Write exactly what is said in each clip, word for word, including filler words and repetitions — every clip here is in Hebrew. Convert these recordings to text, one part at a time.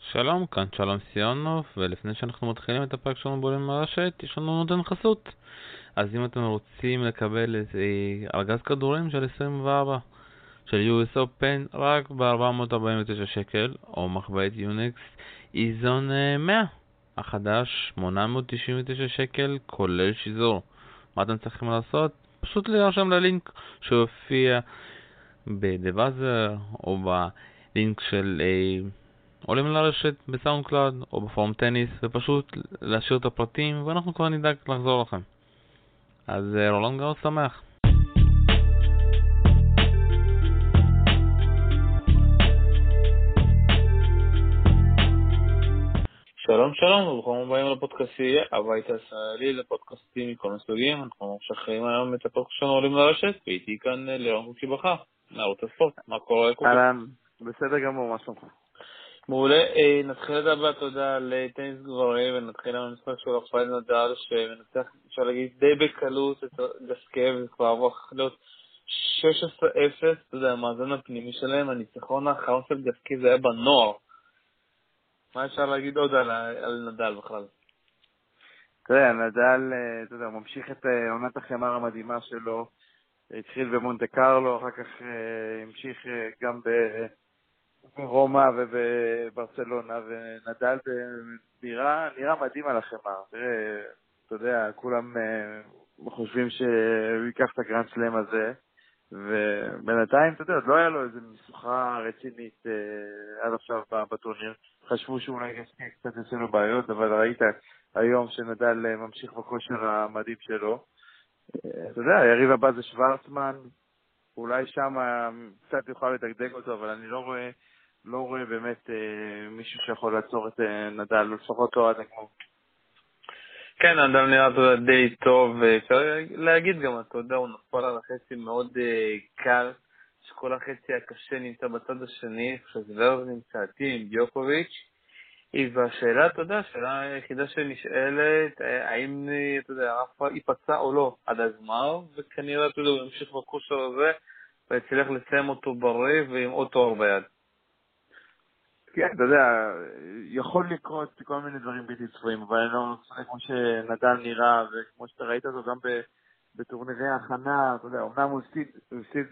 שלום, כאן שלום סיונוב, ולפני שאנחנו מתחילים את הפרק שלנו בולים מרשת, יש לנו נותן חסות. אז אם אתם רוצים לקבל איזה ארגז כדורים של עשרים וארבע של יו אס Open רק ב-ארבע מאות ארבעים ותשע שקל, או מחברת יוניקס איזון מאה החדש שמונה מאות תשעים ותשע שקל כולל שיזור. מה אתם צריכים לעשות? פשוט להירשם ללינק שהופיע בדבאזר או בלינק של עולים לרשת בסאונד קלאוד או בפורום טניס, ופשוט להשאיר את הפרטים ואנחנו כבר נדאג לחזור לכם. אז רולנד גאוס שמח. שלום שלום וברוכים הבאים לפודקאסטייה, הבית הישראלי לפודקאסטים מכל מסוגים. אנחנו משחררים היום את הפודקאסט שלנו עולים לרשת, ואיתי כאן לירון קוקי בכה מערוץ הספורט. מה קורה קוקי? אהלן, בסדר גמור, מה שלומך? מעולה. נתחיל לדבר תודה לטניס גברים ונתחיל עם המשחק של רפאל נדל שמנצח, אפשר להגיד, די בקלות את גסקה, וזה כבר עבור להיות שש עשרה אפס. אתה יודע, המאזן הפנימי שלהם, הניצחון האחרון של גסקה זה היה בנוער. מה אפשר להגיד עוד על, על נדל בכלל? תראה, נדל, אתה יודע, ממשיך את עונת החמר המדהימה שלו, התחיל במונטה קרלו, אחר כך המשיך גם ברומא ובברצלונה, ונדל נראה, נראה מדהים על החמר. תראה, אתה יודע, כולם חושבים שהוא ייקח את הגרנד סלאם הזה, ובינתיים, אתה יודע, עוד לא היה לו איזו משוכה רצינית אה, עד עכשיו בטורניר. חשבו שאולי קצת יעשה לו בעיות, אבל ראית היום שנדל ממשיך בכושר המדהים שלו. אה, אתה יודע, היריב הבא זה שוורצמן, אולי שם קצת יוכל לדגדג אותו, אבל אני לא רואה, לא רואה באמת אה, מישהו שיכול לעצור את אה, נדל, לפחות לא עד הגמר. כן, האדם נראה תודה די טוב, ואפשר להגיד גם, אתה יודע, הוא נפל על החצי מאוד uh, קל, שכל החצי הקשה נמצא בצד השני, שזוורב נמצא עם דיוקוביץ', והשאלה, אתה יודע, השאלה היחידה שנשאלת, האם, אתה יודע, רפה ייפצע או לא עד הזמר, וכנראה, אתה יודע, הוא ימשיך בכושר הזה, והצליח לסיים אותו בריא ועם עוד תואר ביד. כן, אתה יודע, יכול לקרות כל מיני דברים בלתי צפויים, אבל אני לא חושב כמו שנדל נראה, וכמו שאתה ראית אותו גם בטורנירי ההכנה, אתה יודע, אומנם הוא הפסיד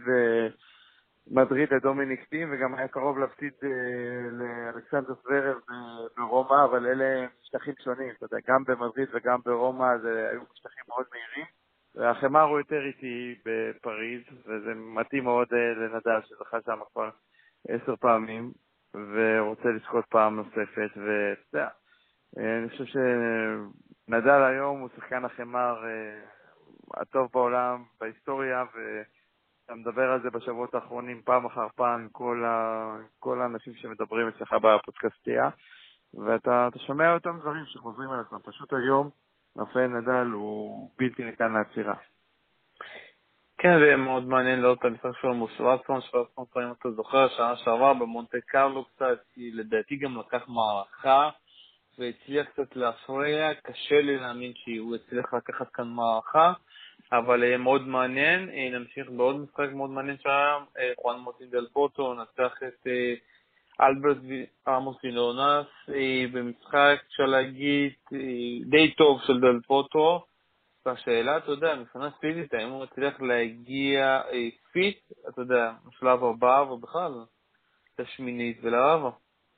במדריד לדומיניק טים, וגם היה קרוב להפסיד לאלכסנדר זוורב ברומא, אבל אלה משטחים שונים, אתה יודע, גם במדריד וגם ברומא זה היו משטחים מאוד מהירים, והחמר הוא יותר איטי בפריז, וזה מתאים מאוד לנדל שזכה שם כבר עשר פעמים, ורוצה לזכות פעם נוספת, ואתה יודע, אני חושב שנדל היום הוא שחקן החמר הטוב בעולם, בהיסטוריה, ואתה מדבר על זה בשבועות האחרונים פעם אחר פעם, כל, ה... כל האנשים שמדברים אצלך בפודקאסטיה, ואתה שומע אותם דברים שחוזרים על עצמם. פשוט היום רפאל נדל הוא בלתי ניתן לעצירה. כן, זה מאוד מעניין לראות את המשחק שלו מול שוורצמן, שוורצמן פעמים אתה זוכר, שנה שעבר במונטה קרלו קצת, לדעתי גם לקח מערכה, והצליח קצת להפריע, קשה לי להאמין שהוא הצליח לקחת כאן מערכה, אבל מאוד מעניין. נמשיך בעוד משחק מאוד מעניין שם, חואן מרטין דל פוטו נצח את אלברט רמוס וילונס במשחק של להגיד די טוב של דל פוטו, והשאלה, אתה יודע, מבחינה פיזית, האם הוא מצליח להגיע פיט, אתה יודע, בשלב הבא ובכלל לשמינית ולרבע.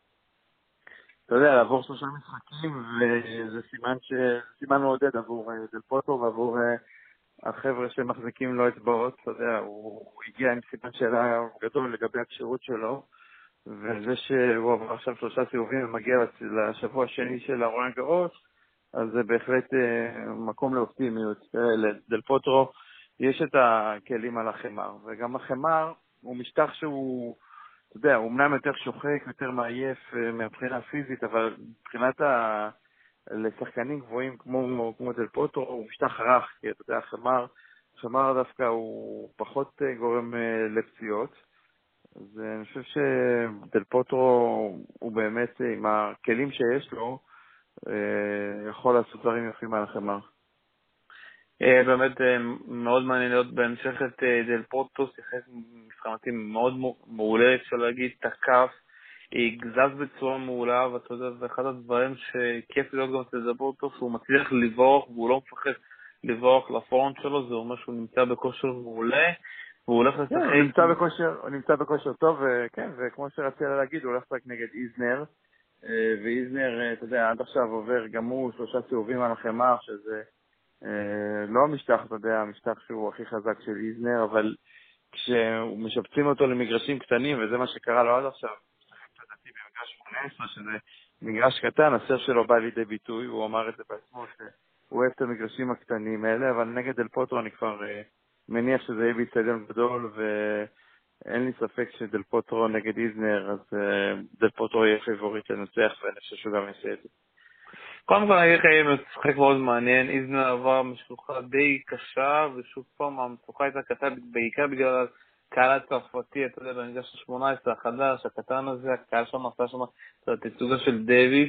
אתה יודע, לעבור שלושה משחקים, וזה סימן ש... סימן מעודד עבור דל פוטו ועבור החבר'ה שמחזיקים לו אצבעות. אתה יודע, הוא הגיע עם סימן שאלה גדול לגבי הקשירות שלו, וזה שהוא עבר עכשיו שלושה סיבובים ומגיע לשבוע השני של רולאן גארוס, אז זה בהחלט מקום לאופטימיות. לדל פוטו יש את הכלים על החמר, וגם החמר הוא משטח שהוא, אתה יודע, הוא אמנם יותר שוחק, יותר מעייף מהבחינה הפיזית, אבל מבחינת ה... לשחקנים גבוהים כמו, כמו דל פוטו הוא משטח רך, כי אתה יודע, החמר, החמר דווקא הוא פחות גורם לפציעות, אז אני חושב שדל פוטו הוא באמת, עם הכלים שיש לו, יכול לעשות דברים יפים על החמר. באמת מאוד מעניין להיות בהמשך את דל פוטו, שיחק משחקנים מאוד מעולה, אפשר להגיד, תקף, גזז בצורה מעולה, ואתה יודע, זה אחד הדברים שכיף להיות גם תדבר אותו, שהוא מצליח לברוח, והוא לא מפחד לברוח לפורנט שלו, זה אומר שהוא נמצא בכושר מעולה, והוא הולך לשחק. הוא נמצא בכושר, הוא נמצא בכושר טוב, וכן, וכמו שרציתי להגיד, הוא הולך לשחק נגד איזנר, ואיזנר, אתה יודע, עד עכשיו עובר גם הוא שלושה סיבובים על החמר, שזה לא המשטח, אתה יודע, המשטח שהוא הכי חזק של איזנר, אבל כשהוא משפצים אותו למגרשים קטנים, וזה מה שקרה לו עד עכשיו, לדעתי במגרש שמונה עשרה, שזה מגרש קטן, הסר שלו בא לידי ביטוי, הוא אמר את זה בעצמו, שהוא אוהב את המגרשים הקטנים האלה, אבל נגד דל פוטרו אני כבר מניח שזה יהיה באצטדיון גדול, ואין לי ספק שדל פוטרו נגד איזנר, אז דל פוטרו יהיה פיבוריט לנצח, ואני חושב שהוא גם יעשה את זה. קודם כל אני חייב לשחק מאוד מעניין, איזנר עבר משלוחה די קשה, ושוב פעם המשלוחה הייתה קטה בעיקר בגלל הקהל הצרפתי, אתה יודע, במגרש ה-שמונה עשרה החדש, הקטן הזה, הקהל שם עשה שם את התצוגה של דייוויס,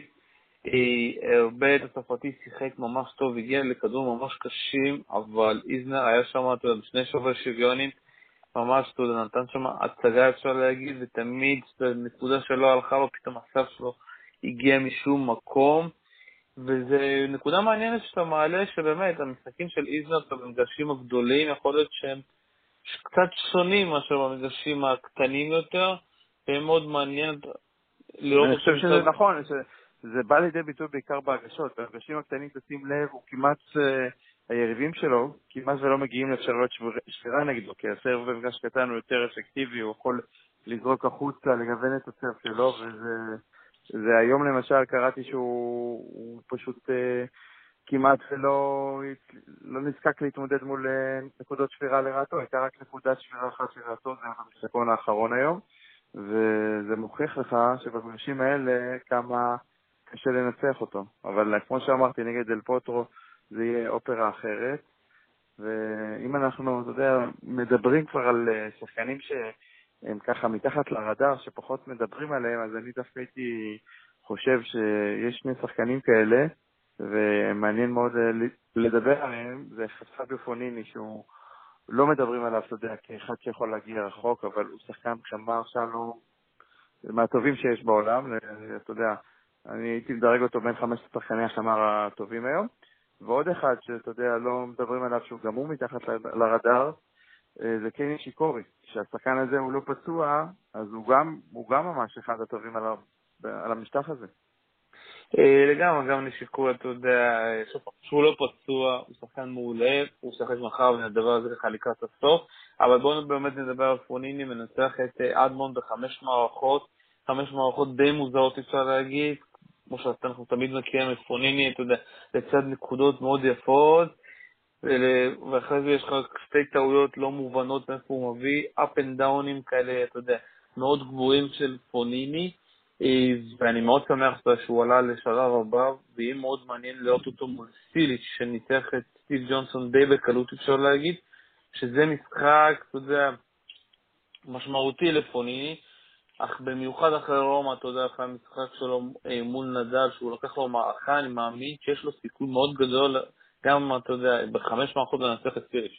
הרבה את הצרפתי שיחק ממש טוב, הגיע לכדור ממש קשים, אבל איזנר היה שם, אתה יודע, בשני שובר שוויונים, ממש, אתה יודע, נתן שם הצגה אפשר להגיד, ותמיד נקודה שלו הלכה לו, פתאום הסף שלו הגיע משום מקום, וזה נקודה מעניינת שאתה מעלה, שבאמת המשחקים של איזנר במגרשים הגדולים יכול להיות שהם קצת שונים מאשר במגרשים הקטנים יותר, והם מאוד מעניין לראות. אני חושב שזה נכון, זה בא לידי ביטוי בעיקר בהגשות. במגרשים הקטנים, תשים לב, הוא כמעט, היריבים שלו כמעט ולא מגיעים לאפשרויות שבירה נגדו, כי הסרב במגרש קטן הוא יותר אפקטיבי, הוא יכול לזרוק החוצה, לגוון את הסרב שלו, וזה זה היום למשל קראתי שהוא פשוט כמעט ולא לא נזקק להתמודד מול נקודות שבירה לרעתו, הייתה רק נקודת שבירה אחת לרעתו, זה המשחקון האחרון היום, וזה מוכיח לך שבמגרשים האלה כמה קשה לנצח אותו. אבל כמו שאמרתי, נגד דל פוטרו זה יהיה אופרה אחרת, ואם אנחנו, אתה יודע, מדברים כבר על שחקנים שהם ככה מתחת לרדאר, שפחות מדברים עליהם, אז אני דווקא הייתי חושב שיש שני שחקנים כאלה, ומעניין מאוד לדבר עליהם, זה פביו פוניני, שהוא לא מדברים עליו, אתה יודע, כאחד שיכול להגיע רחוק, אבל הוא שחקן חמר שלנו מהטובים שיש בעולם, אתה יודע, אני הייתי מדרג אותו בין חמשת שחקני החמר הטובים היום, ועוד אחד שאתה יודע, לא מדברים עליו שהוא גם הוא מתחת לרדאר, זה קני שיקורי, שהשחקן הזה הוא לא פצוע, אז הוא גם, הוא גם ממש אחד הטובים על, על המשטח הזה. לגמרי, גם נשיקו, אתה יודע, שהוא לא פצוע, הוא שחקן מעולה, הוא שחק מחר ונדבר על זה ככה לקראת הסוף, אבל בואו באמת נדבר על פוניני, מנצח את אדמונד בחמש מערכות, חמש מערכות די מוזרות אפשר להגיד, כמו שאנחנו תמיד מכירים את פוניני, אתה יודע, לצד נקודות מאוד יפות, ואחרי זה יש לך שתי טעויות לא מובנות מאיפה הוא מביא, up and down'ים כאלה, אתה יודע, מאוד גבוהים של פוניני, ואני מאוד שמח שהוא עלה לשלב הבא, ויהיה מאוד מעניין לראות אותו מול סיליץ' שניצח את סטיב ג'ונסון די בקלות אפשר להגיד, שזה משחק, אתה יודע, משמעותי לפוניני, אך במיוחד אחרי רומא, אתה יודע, אחרי המשחק שלו מול נדל, שהוא לקח לו מערכה, אני מאמין שיש לו סיכוי מאוד גדול, גם, אתה יודע, בחמש מערכות לנצח את סיליץ'.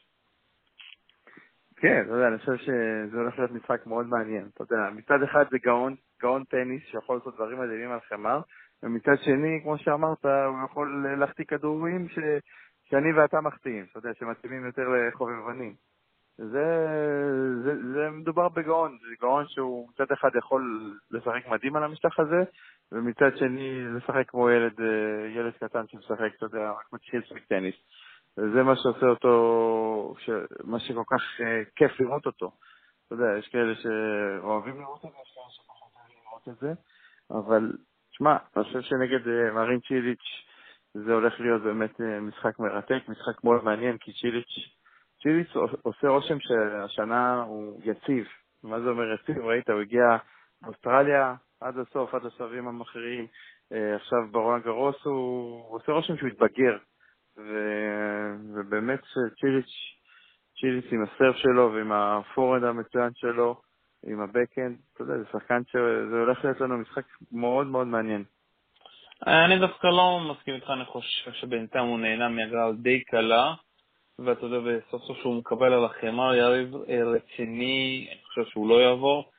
כן, אתה יודע, אני חושב שזה הולך להיות משחק מאוד מעניין. אתה יודע, מצד אחד זה גאון, גאון טניס שיכול לעשות דברים מדהימים על חמר, ומצד שני, כמו שאמרת, הוא יכול להחטיא כדורים ש... שאני ואתה מחטיאים, אתה יודע, שמתאימים יותר לחובבנים. זה, זה, זה מדובר בגאון, זה גאון שהוא מצד אחד יכול לשחק מדהים על המשטח הזה, ומצד שני לשחק כמו ילד, ילד קטן שמשחק, אתה יודע, רק מתחיל לשחק טניס. וזה מה שעושה אותו, ש... מה שכל כך uh, כיף לראות אותו. אתה יודע, יש כאלה שאוהבים לראות את זה, יש כאלה שפחות אוהבים לראות את זה, אבל, תשמע, אני חושב שנגד uh, מרין צ'יליץ' זה הולך להיות באמת uh, משחק מרתק, משחק מאוד מעניין, כי צ'יליץ', צ'יליץ' עושה רושם שהשנה הוא יציב. מה זה אומר יציב? ראית, הוא הגיע באוסטרליה עד הסוף, עד השלבים המכריעים, uh, עכשיו ברולאן גארוס הוא, הוא עושה רושם שהוא התבגר. ו... ובאמת צ'יליץ' צ'יליץ' עם הסרף שלו ועם הפורנד המצוין שלו, עם הבקאנד, אתה יודע, זה שחקן שזה הולך להיות לנו משחק מאוד מאוד מעניין. אני דווקא לא מסכים איתך, אני חושב שבינתיים הוא נהנה מהגרלה די קלה, ואתה יודע, בסוף סוף שהוא מקבל על החמר יריב רציני, אני חושב שהוא לא יעבור.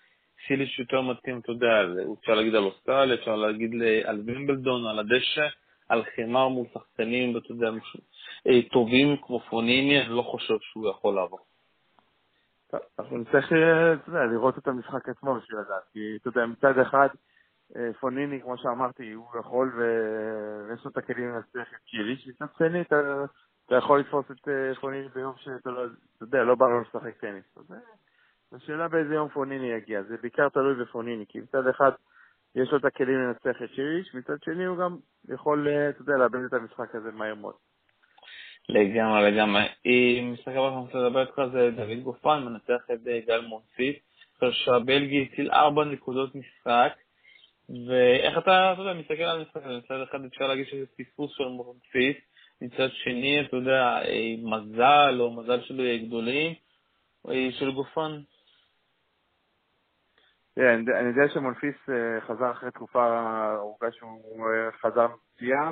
ציליץ' יותר מתאים, אתה יודע, אפשר להגיד על אוסטרליה, אפשר להגיד על וימבלדון, על הדשא, על חמר מול שחקנים, אתה יודע, טובים כמו פוניני, אני לא חושב שהוא יכול לעבור. טוב, אנחנו נצטרך לראות את המשחק עצמו בשביל לדעת, כי אתה יודע, מצד אחד, פוניני, כמו שאמרתי, הוא יכול ויש לו את הכלים לנצח את קיריץ', מצד שני, אתה, אתה יכול לתפוס את פוניני ביום שאתה לא, אתה יודע, לא בא לו לשחק טניס. אז השאלה באיזה יום פוניני יגיע, זה בעיקר תלוי בפוניני, כי מצד אחד יש לו את הכלים לנצח את קיריץ', מצד שני הוא גם יכול, אתה יודע, לאבד את המשחק הזה מהר מאוד. לגמרי, לגמרי. משחק הבא אנחנו רוצה לדבר איתך זה דוד גופן, מנצח את גל מונפיס, שהבלגי הציל ארבע נקודות משחק, ואיך אתה, אתה יודע, מסתכל על המשחק הזה, מצד אחד אפשר להגיד שזה פיספוס של מונפיס, מצד שני, אתה יודע, מזל או מזל שלו יהיה גדולים, של גופן. אני יודע שמונפיס חזר אחרי תקופה ארוכה שהוא חזר מפציעה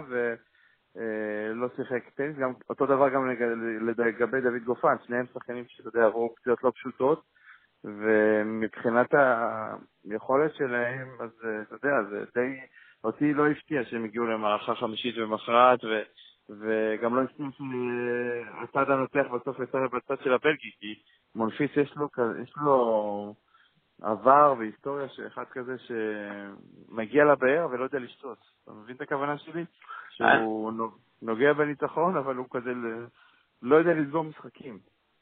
ולא שיחק טניס, גם אותו דבר גם לגבי דוד גופן, שניהם שחקנים שאתה יודע, עברו פציעות לא פשוטות, ומבחינת היכולת שלהם, אז אתה יודע, זה די, אותי לא הפתיע שהם הגיעו למערכה חמישית ומכרעת, וגם לא הפתיע שהצד הנוצח בסוף יצא בצד של הבלגי, כי מונפיס יש לו, יש לו עבר והיסטוריה שאחד כזה שמגיע לבאר ולא יודע לשתות. אתה מבין את הכוונה שלי? שהוא נוגע בניצחון, אבל הוא כזה לא יודע לסגור משחקים.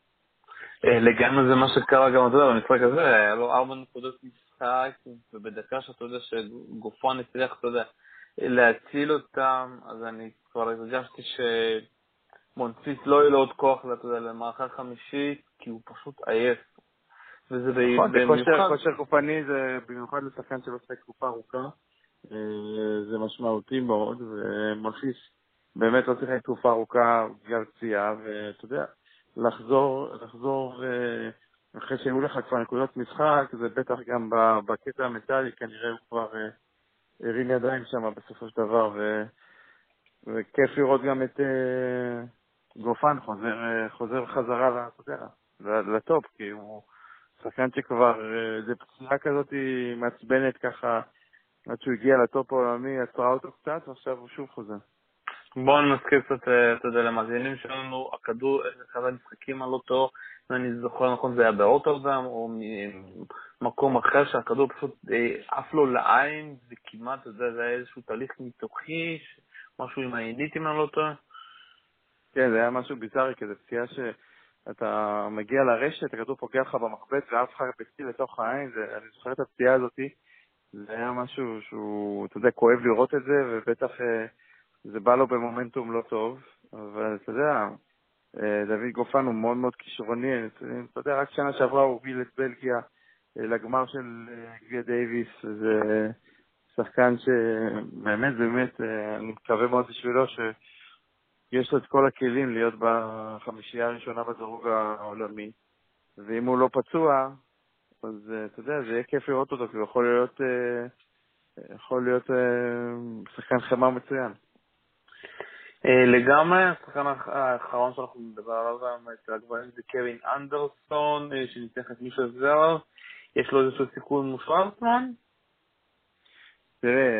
לגמרי זה מה שקרה גם, אתה יודע, במשחק הזה, היה לו ארבע נקודות משחק, ובדקה שאתה יודע שגופן הצליח, אתה יודע, להציל אותם, אז אני כבר הרגשתי שמונפיס לא יהיה לו עוד כוח, אתה יודע, למערכה חמישית, כי הוא פשוט עייף. וזה במיוחד... כושר גופני זה במיוחד לשחקן שלא שחק תקופה ארוכה, זה משמעותי מאוד, ומונפיס באמת לא שיחק תקופה ארוכה בגלל פציעה, ואתה יודע, לחזור, לחזור, אחרי שהיו לך כבר נקודות משחק, זה בטח גם בקטע המנטלי, כנראה הוא כבר הרים ידיים שם בסופו של דבר, ו... וכיף לראות גם את גופן חוזר, חוזר חזרה, אתה יודע, לטופ, כי הוא שחקן שכבר, זה פציעה כזאת מעצבנת ככה, עד שהוא הגיע לטופ העולמי, עצרה אותו קצת, ועכשיו הוא שוב חוזר. בואו נזכיר קצת, אתה יודע, למאזינים שלנו, הכדור, אחד המשחקים על אותו, ואני זוכר נכון, זה היה באוטרדם, או ממקום אחר שהכדור פשוט עף לו לעין, וכמעט, אתה יודע, זה היה איזשהו תהליך ניתוחי, משהו עם העינית, אם אני לא טועה. כן, זה היה משהו ביזארי, כזה פציעה שאתה מגיע לרשת, הכדור פוגע לך במחבט, ואף אחד פציע לתוך העין, זה, אני זוכר את הפציעה הזאת, זה היה משהו שהוא, אתה יודע, כואב לראות את זה, ובטח זה בא לו במומנטום לא טוב, אבל אתה יודע, דוד גופן הוא מאוד מאוד כישרוני, אתה יודע, רק שנה שעברה הוא הוביל את בלגיה לגמר של גביע דייביס, זה שחקן שבאמת, באמת, אני מקווה מאוד בשבילו שיש לו את כל הכלים להיות בחמישייה הראשונה בדירוג העולמי, ואם הוא לא פצוע, אז אתה יודע, זה יהיה כיף לראות אותו, כי הוא יכול להיות, יכול להיות שחקן חמר מצוין. לגמרי, השחקן האחרון שאנחנו מדבר עליו אצל הגברים זה קווין אנדרסון, שניצח את מישל זר. יש לו איזשהו סיכון מושלם זמן? תראה,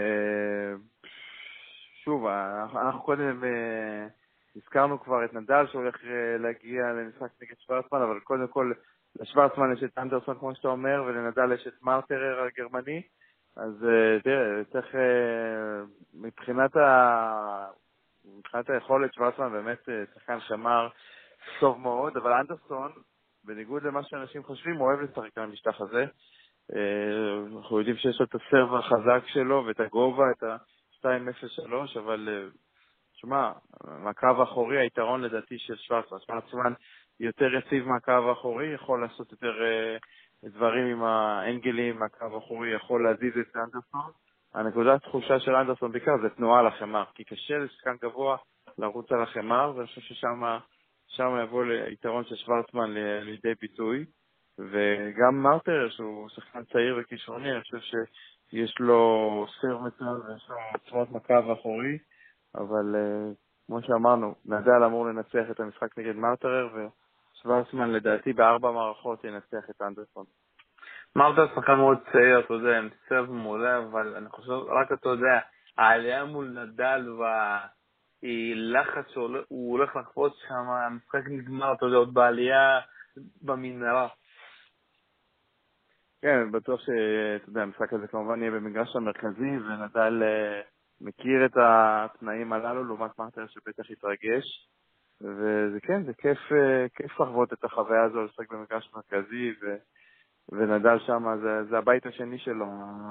שוב, אנחנו קודם הזכרנו כבר את נדל שהולך להגיע למשחק נגד שוורצמן, אבל קודם כל לשוורצמן יש את אנדרסון כמו שאתה אומר, ולנדל יש את מרטרר הגרמני, אז תראה, צריך מבחינת ה... מבחינת היכולת שוורצמן באמת שחקן שמר טוב מאוד, אבל אנדרסון, בניגוד למה שאנשים חושבים, הוא אוהב לשחק על המשטח הזה. אנחנו יודעים שיש לו את הסרב החזק שלו ואת הגובה, את ה-שתיים אפס שלוש, אבל שמה, מהקו האחורי, היתרון לדעתי של שוורצמן. שוורצמן יותר יציב מהקו האחורי, יכול לעשות יותר דברים עם האנגלים, מהקו האחורי יכול להזיז את אנדרסון. הנקודת תחושה של אנדרסון בעיקר זה תנועה על החמר, כי קשה לשחקן גבוה לרוץ על החמר, ואני חושב ששם שם יבוא ליתרון של שוורצמן לידי ביטוי, וגם מרטר שהוא שחקן צעיר וכישרוני, אני חושב שיש לו סרב מצוין ויש לו עוצמות מקו האחורי, אבל כמו שאמרנו, נדל אמור לנצח את המשחק נגד מרטר, ושוורצמן לדעתי בארבע מערכות ינצח את אנדרסון. אמרת שחקן מאוד צעיר, אתה יודע, עם צב מעולה, אבל אני חושב, רק אתה יודע, העלייה מול נדל והלחץ שהוא הולך לחפות שם, המשחק נגמר, אתה יודע, עוד בעלייה במנהרה. כן, בטוח שאתה יודע, המשחק הזה כמובן יהיה במגרש המרכזי, ונדל מכיר את התנאים הללו, לעומת מארטר שבטח יתרגש. וזה כן, זה כיף, כיף לחוות את החוויה הזו, לשחק במגרש מרכזי, ו, ונדל שם, זה, זה הבית השני שלו,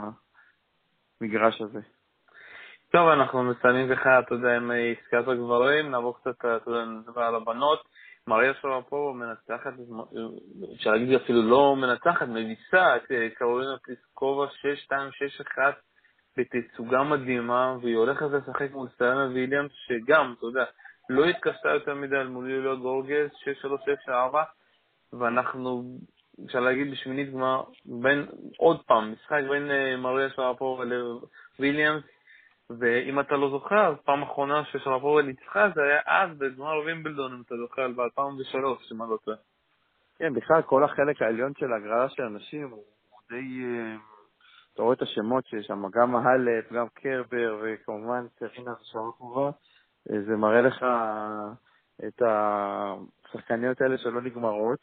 המגרש הזה. טוב, אנחנו מסיימים ככה, אתה יודע, עם עסקת הגברים, נעבור קצת, אתה יודע, נדבר על הבנות. מריה שרפובה מנצחת, אפשר להגיד אפילו לא מנצחת, מביסה את קרולינה פליסקובה שש שתיים שש אחת בתצוגה מדהימה, והיא הולכת לשחק מול סרנה וויליאמס, שגם, אתה יודע, לא התקשתה יותר מדי על מול יוליה גורגז, שש שלוש שש ארבע, ואנחנו, אפשר להגיד בשמינית גמר, בין, עוד פעם, משחק בין מריה שרפובה לוויליאמס, ואם אתה לא זוכר, פעם אחרונה ששרפובה ניצחה, זה היה אז בגמר וימבלדון, אם אתה זוכר, ב-אלפיים ושלוש, שמה לא טועה. כן, בכלל כל החלק העליון של הגרלה של אנשים הוא די, אתה רואה את השמות שיש שם, גם ההלף, גם קרבר, וכמובן סרינה ושרפובה, זה מראה לך את השחקניות האלה שלא נגמרות.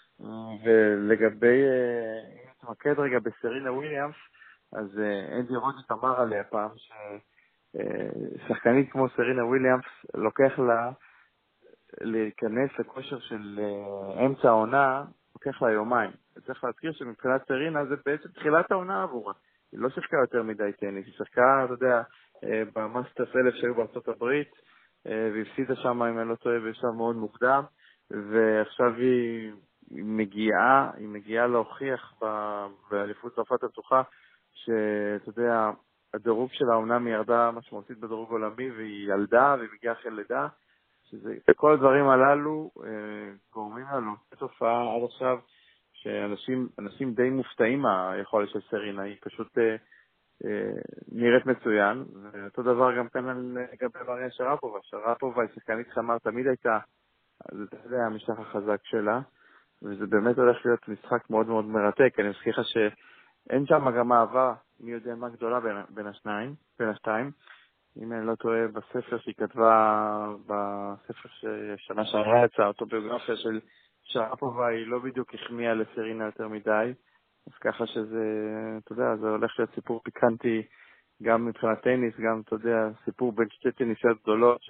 ולגבי, אם נתמקד רגע בסרינה וויליאמס, אז אנדי רוג'ס אמר עליה פעם ששחקנית כמו סרינה וויליאמס לוקח לה להיכנס לכושר של אמצע העונה, לוקח לה יומיים. צריך להזכיר שמבחינת סרינה זה בעצם תחילת העונה עבורה. היא לא שחקה יותר מדי טניס, היא שחקה, אתה יודע, במאסטרס אלף שהיו בארצות הברית, והפסידה שם, אם אני לא טועה, בשלב מאוד מוקדם, ועכשיו היא מגיעה, היא מגיעה להוכיח באליפות צרפת הפתוחה, שאתה יודע, הדירוג שלה אומנם היא ירדה משמעותית בדירוג עולמי, והיא ילדה, והיא מגיעה אחרי לידה, שזה, כל הדברים הללו אה, גורמים לנו תופעה עד עכשיו, שאנשים אנשים די מופתעים מהיכולת של סרינה, היא פשוט אה, אה, נראית מצוין, ואותו דבר גם כאן על לגבי מריה שרפובה. שרפובה היא שחקנית חמר, תמיד הייתה, זה המשטח החזק שלה, וזה באמת הולך להיות משחק מאוד מאוד מרתק. אני מזכיר לך שאין שם גם אהבה, מי יודע מה גדולה בין, בין השניים, בין השתיים. אם אני לא טועה, בספר שהיא כתבה, בספר ששנה שעברה יצאה, אוטוביוגרפיה של שרפובה, היא לא בדיוק החמיאה לסרינה יותר מדי, אז ככה שזה, אתה יודע, זה הולך להיות סיפור פיקנטי גם מבחינת טניס, גם, אתה יודע, סיפור בין שתי טניסיות גדולות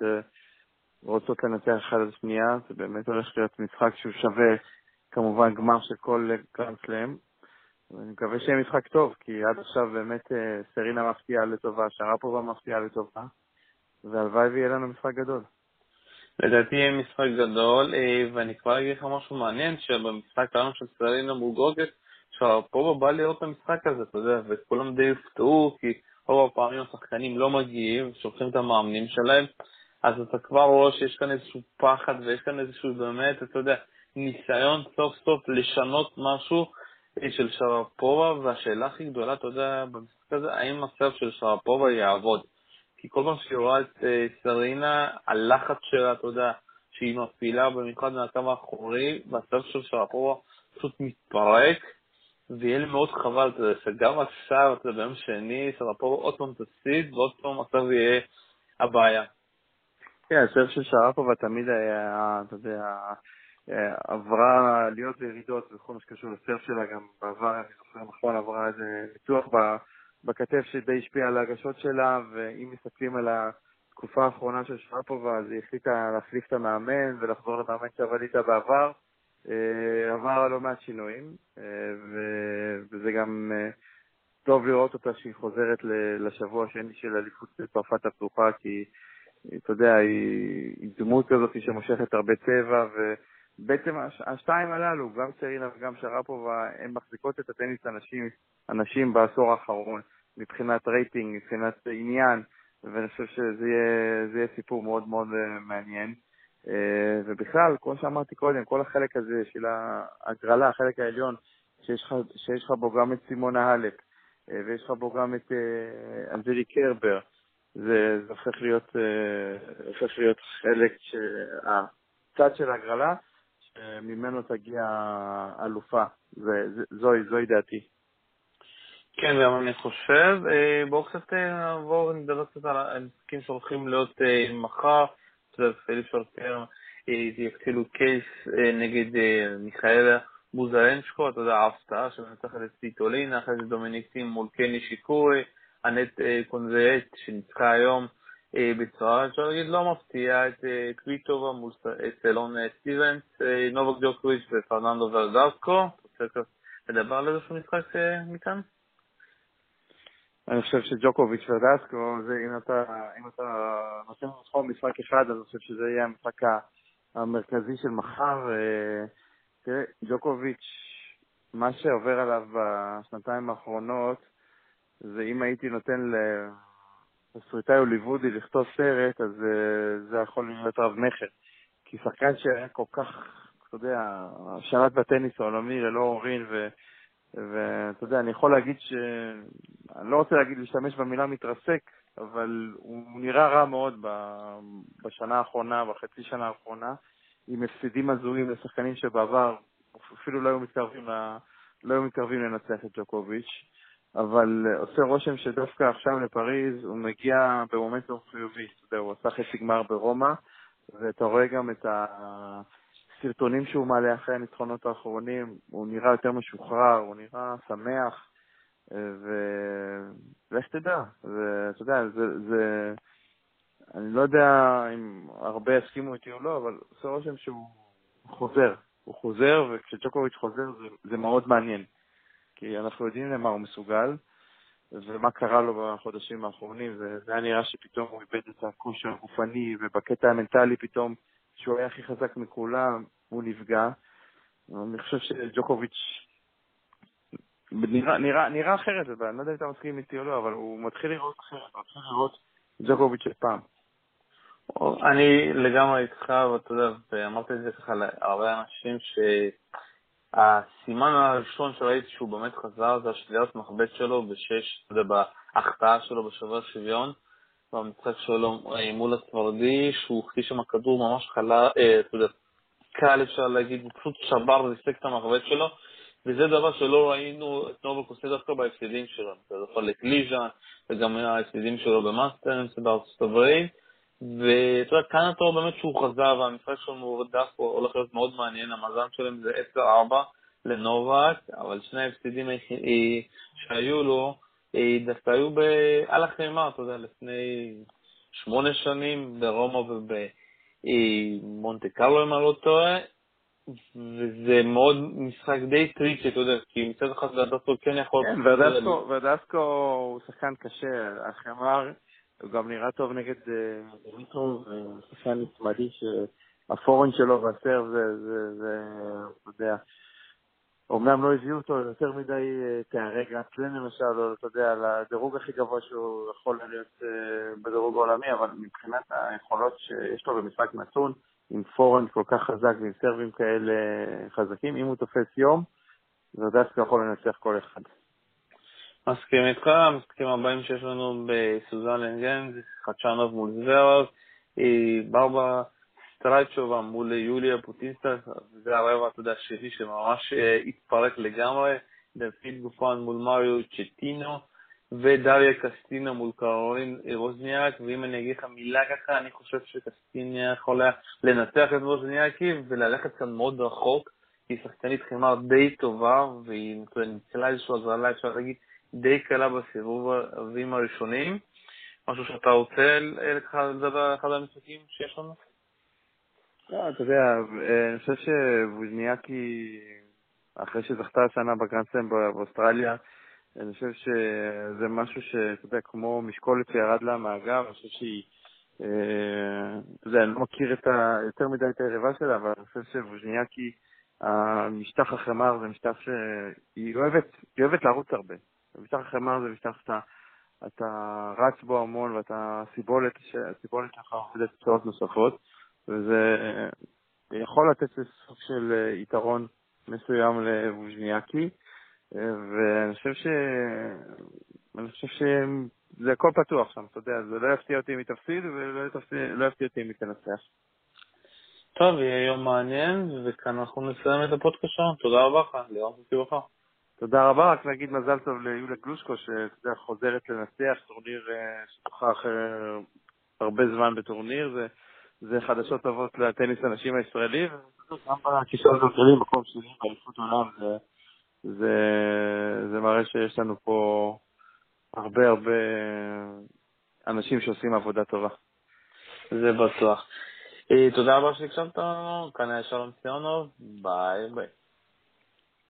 שרוצות לנצח אחד על שנייה, זה באמת הולך להיות משחק שהוא שווה, כמובן, גמר של כל גרנד סלאם. אני מקווה שיהיה משחק טוב, כי עד עכשיו באמת סרינה מפתיעה לטובה, שרפובה מפתיעה לטובה, והלוואי ויהיה לנו משחק גדול. לדעתי יהיה משחק גדול, ואני כבר אגיד לך משהו מעניין, שבמשחק העולם של סרינה מול גורגז, שרפובה בא לראות את המשחק הזה, אתה יודע, וכולם די הופתעו, כי רוב הפעמים השחקנים לא מגיעים, שולחים את המאמנים שלהם, אז אתה כבר רואה שיש כאן איזשהו פחד, ויש כאן איזשהו באמת, אתה יודע, ניסיון סוף סוף לשנות משהו של שרפובה, והשאלה הכי גדולה, אתה יודע, במשחק הזה, האם הסרב של שרפובה יעבוד? כי כל פעם שהיא רואה את סרינה, הלחץ שלה, אתה יודע, שהיא מפעילה במיוחד מהקו האחורי, והסרב של שרפובה פשוט מתפרק, ויהיה לי מאוד חבל, אתה יודע, שגם עכשיו, אתה יודע, ביום שני, שרפובה עוד פעם תסיד, ועוד פעם עכשיו יהיה הבעיה. כן, הסרב של שרפובה תמיד היה, אתה יודע, עברה עליות וירידות בכל מה שקשור לסרב שלה, גם בעבר, אני זוכר נכון, עברה איזה ניתוח בכתף שדי השפיע על ההגשות שלה, ואם מסתכלים על התקופה האחרונה של שרפובה, אז היא החליטה להחליף את המאמן ולחזור למאמן שעבד איתה בעבר, עבר לא מעט שינויים, וזה גם טוב לראות אותה שהיא חוזרת לשבוע השני של אליפות צרפת הפתוחה, כי אתה יודע, היא, היא דמות כזאת שמושכת הרבה צבע, ובעצם הש, השתיים הללו, גם סרינה וגם שרפובה, הן מחזיקות את הטניס אנשים, אנשים בעשור האחרון, מבחינת רייטינג, מבחינת עניין, ואני חושב שזה יהיה, זה יהיה סיפור מאוד מאוד מעניין. ובכלל, כמו שאמרתי קודם, כל החלק הזה של ההגרלה, החלק העליון, שיש לך, שיש לך בו גם את סימונה הלפ, ויש לך בו גם את אנג'לי קרבר, זה, זה הופך להיות, הופך להיות חלק, הצד של ההגרלה, שממנו תגיע אלופה. זה, זה, זוהי, זוהי דעתי. כן, גם אני חושב. בואו קצת נעבור, נדבר קצת על המשחקים שהולכים להיות מחר. אתה יודע, פליפ שורטר יקצילו קייס נגד מיכאל בוזרנצ'קו, אתה יודע, ההפתעה שמנצחת את סיטולינה, אחרי זה דומיניקטים מול קני שיקורי, אנט קונזייט שניצחה היום בצורה, אפשר להגיד, לא מפתיעה את קוויטובה מול סלון סטיבנס, נובק ג'וקוביץ' ופרננדו ורדסקו. אתה רוצה לדבר על איזשהו משחק מכאן? אני חושב שג'וקוביץ' ורדסקו, זה אם אתה, אם אתה נותן לבחור משחק אחד, אז אני חושב שזה יהיה המשחק המרכזי של מחר. תראה, ג'וקוביץ', מה שעובר עליו בשנתיים האחרונות, זה אם הייתי נותן לסריטאי הוליוודי לכתוב סרט, אז זה יכול להיות רב מחר. כי שחקן שהיה כל כך, אתה יודע, שלט בטניס העולמי ללא עורין, ו... ואתה יודע, אני יכול להגיד ש... אני לא רוצה להגיד להשתמש במילה מתרסק, אבל הוא נראה רע מאוד בשנה האחרונה, בחצי שנה האחרונה, עם הפסידים הזויים לשחקנים שבעבר אפילו לא היו מתקרבים, ל... לא היו מתקרבים לנצח את ג'וקוביץ', אבל עושה רושם שדווקא עכשיו לפריז הוא מגיע במומנטום חיובי. אתה יודע, הוא עשה חצי גמר ברומא, ואתה רואה גם את ה... סרטונים שהוא מעלה אחרי הניצחונות האחרונים, הוא נראה יותר משוחרר, הוא נראה שמח, ולך תדע, ואתה יודע, זה, זה, אני לא יודע אם הרבה הסכימו איתי או לא, אבל עושה רושם שהוא חוזר, הוא חוזר, וכשג'וקוביץ' חוזר זה, זה מאוד מעניין, כי אנחנו יודעים למה הוא מסוגל, ומה קרה לו בחודשים האחרונים, זה, זה היה נראה שפתאום הוא איבד את הכושר הגופני, ובקטע המנטלי פתאום, שהוא היה הכי חזק מכולם, הוא נפגע. אני חושב שג'וקוביץ' נראה, נראה, נראה אחרת, אני לא יודע אם אתה מסכים איתי או לא, אבל הוא מתחיל לראות אחרת, הוא מתחיל לראות ג'וקוביץ' של פעם. אני לגמרי איתך, ואתה יודע, ואמרתי את זה ככה להרבה אנשים, שהסימן הראשון שראיתי שהוא באמת חזר, זה השלילת מחבט שלו בשש, אתה יודע, בהחטאה שלו בשובר שוויון, במשחק שלו מול הספרדי, שהוא חטיא שם הכדור ממש חלה, אתה יודע, קל אפשר להגיד, הוא פשוט שבר וריסק את המחבט שלו, וזה דבר שלא ראינו את נובק עושה דווקא בהפסדים שלו, אתה יודע, את ליז'ה, וגם ההפסדים שלו במאסטרס בארצות הברית, ואתה יודע, כאן אתה רואה באמת שהוא חזר, והמשחק שלנו דווקא הולך להיות מאוד מעניין, המאזן שלהם זה עשר ארבע לנובק, אבל שני ההפסדים שהיו לו, דווקא היו על החמר, אתה יודע, לפני שמונה שנים ברומא ובמונטה קרלו, אם אני לא טועה, וזה מאוד משחק די טריקי, אתה יודע, כי מצד אחד ורדסקו כן יכול... כן, ורדסקו הוא שחקן קשה, החמר הוא גם נראה טוב נגד דומיטרוב, שחקן נצמדי שהפורן שלו והסרב זה, אתה יודע, אומנם לא הביאו אותו יותר מדי תארי גרנד סלאם למשל, או אתה יודע, לדירוג הכי גבוה שהוא יכול להיות בדירוג העולמי, אבל מבחינת היכולות שיש לו במשחק נתון, עם פורן כל כך חזק ועם סרבים כאלה חזקים, אם הוא תופס יום, ורדסקו יכול לנצח כל אחד. מסכים איתך, המשחקים הבאים שיש לנו בסוזן לנגן, זה חדשנוב מול זוורב, ברבה סטרייצ'ובה מול יוליה פוטינסטה, זה הרבע, אתה יודע, שלי שממש התפרק לגמרי, דוד גופן מול מריו צ'טינו, ודריה קסטינה מול קרולין רוזניאק, ואם אני אגיד לך מילה ככה, אני חושב שקסטינה יכולה לנצח את רוזניאקי, וללכת כאן מאוד רחוק, היא שחקנית חמר די טובה, והיא ניצלה איזושהי הזרלה, אפשר להגיד, די קלה בסיבובים הראשונים. משהו שאתה רוצה לדבר על אחד המשחקים שיש לנו? לא, אתה יודע, אני חושב שווזניאקי, אחרי שזכתה השנה בגרנד-סלאם באוסטרליה, אני חושב שזה משהו שאתה יודע, כמו משקולת שירד לה מהגב, אני חושב שהיא, אתה יודע, אני לא מכיר יותר מדי את היריבה שלה, אבל אני חושב שווזניאקי, המשטח החמר זה משטח שהיא אוהבת, היא אוהבת לערוץ הרבה. המשטח החמר זה משטח שאתה אתה רץ בו המון, ואתה סיבולת, הסיבולת שלך עובדת שעות נוספות, וזה יכול לתת סוג של יתרון מסוים לווז'ניאקי, ואני חושב ש... אני חושב שזה הכל פתוח שם, אתה יודע, זה לא יפתיע אותי אם היא תפסיד, ולא יפתיע אותי אם היא תנצח. טוב, יהיה יום מעניין, וכאן אנחנו נסיים את הפודקאסט שלנו. תודה רבה לך, ליאור וסיבך. תודה רבה, רק להגיד מזל טוב ליוליה גלושקו, שחוזרת לנצח טורניר שתוכה אחרי הרבה זמן בטורניר, זה, זה חדשות טובות לטניס הנשים הישראלי, וגם בכיסאות הכלכליים, מקום שני באליפות עולם, זה, זה, זה מראה שיש לנו פה הרבה הרבה אנשים שעושים עבודה טובה. זה בטוח. תודה רבה שהקשבת לנו, כאן היה שלום ציונוב, ביי ביי.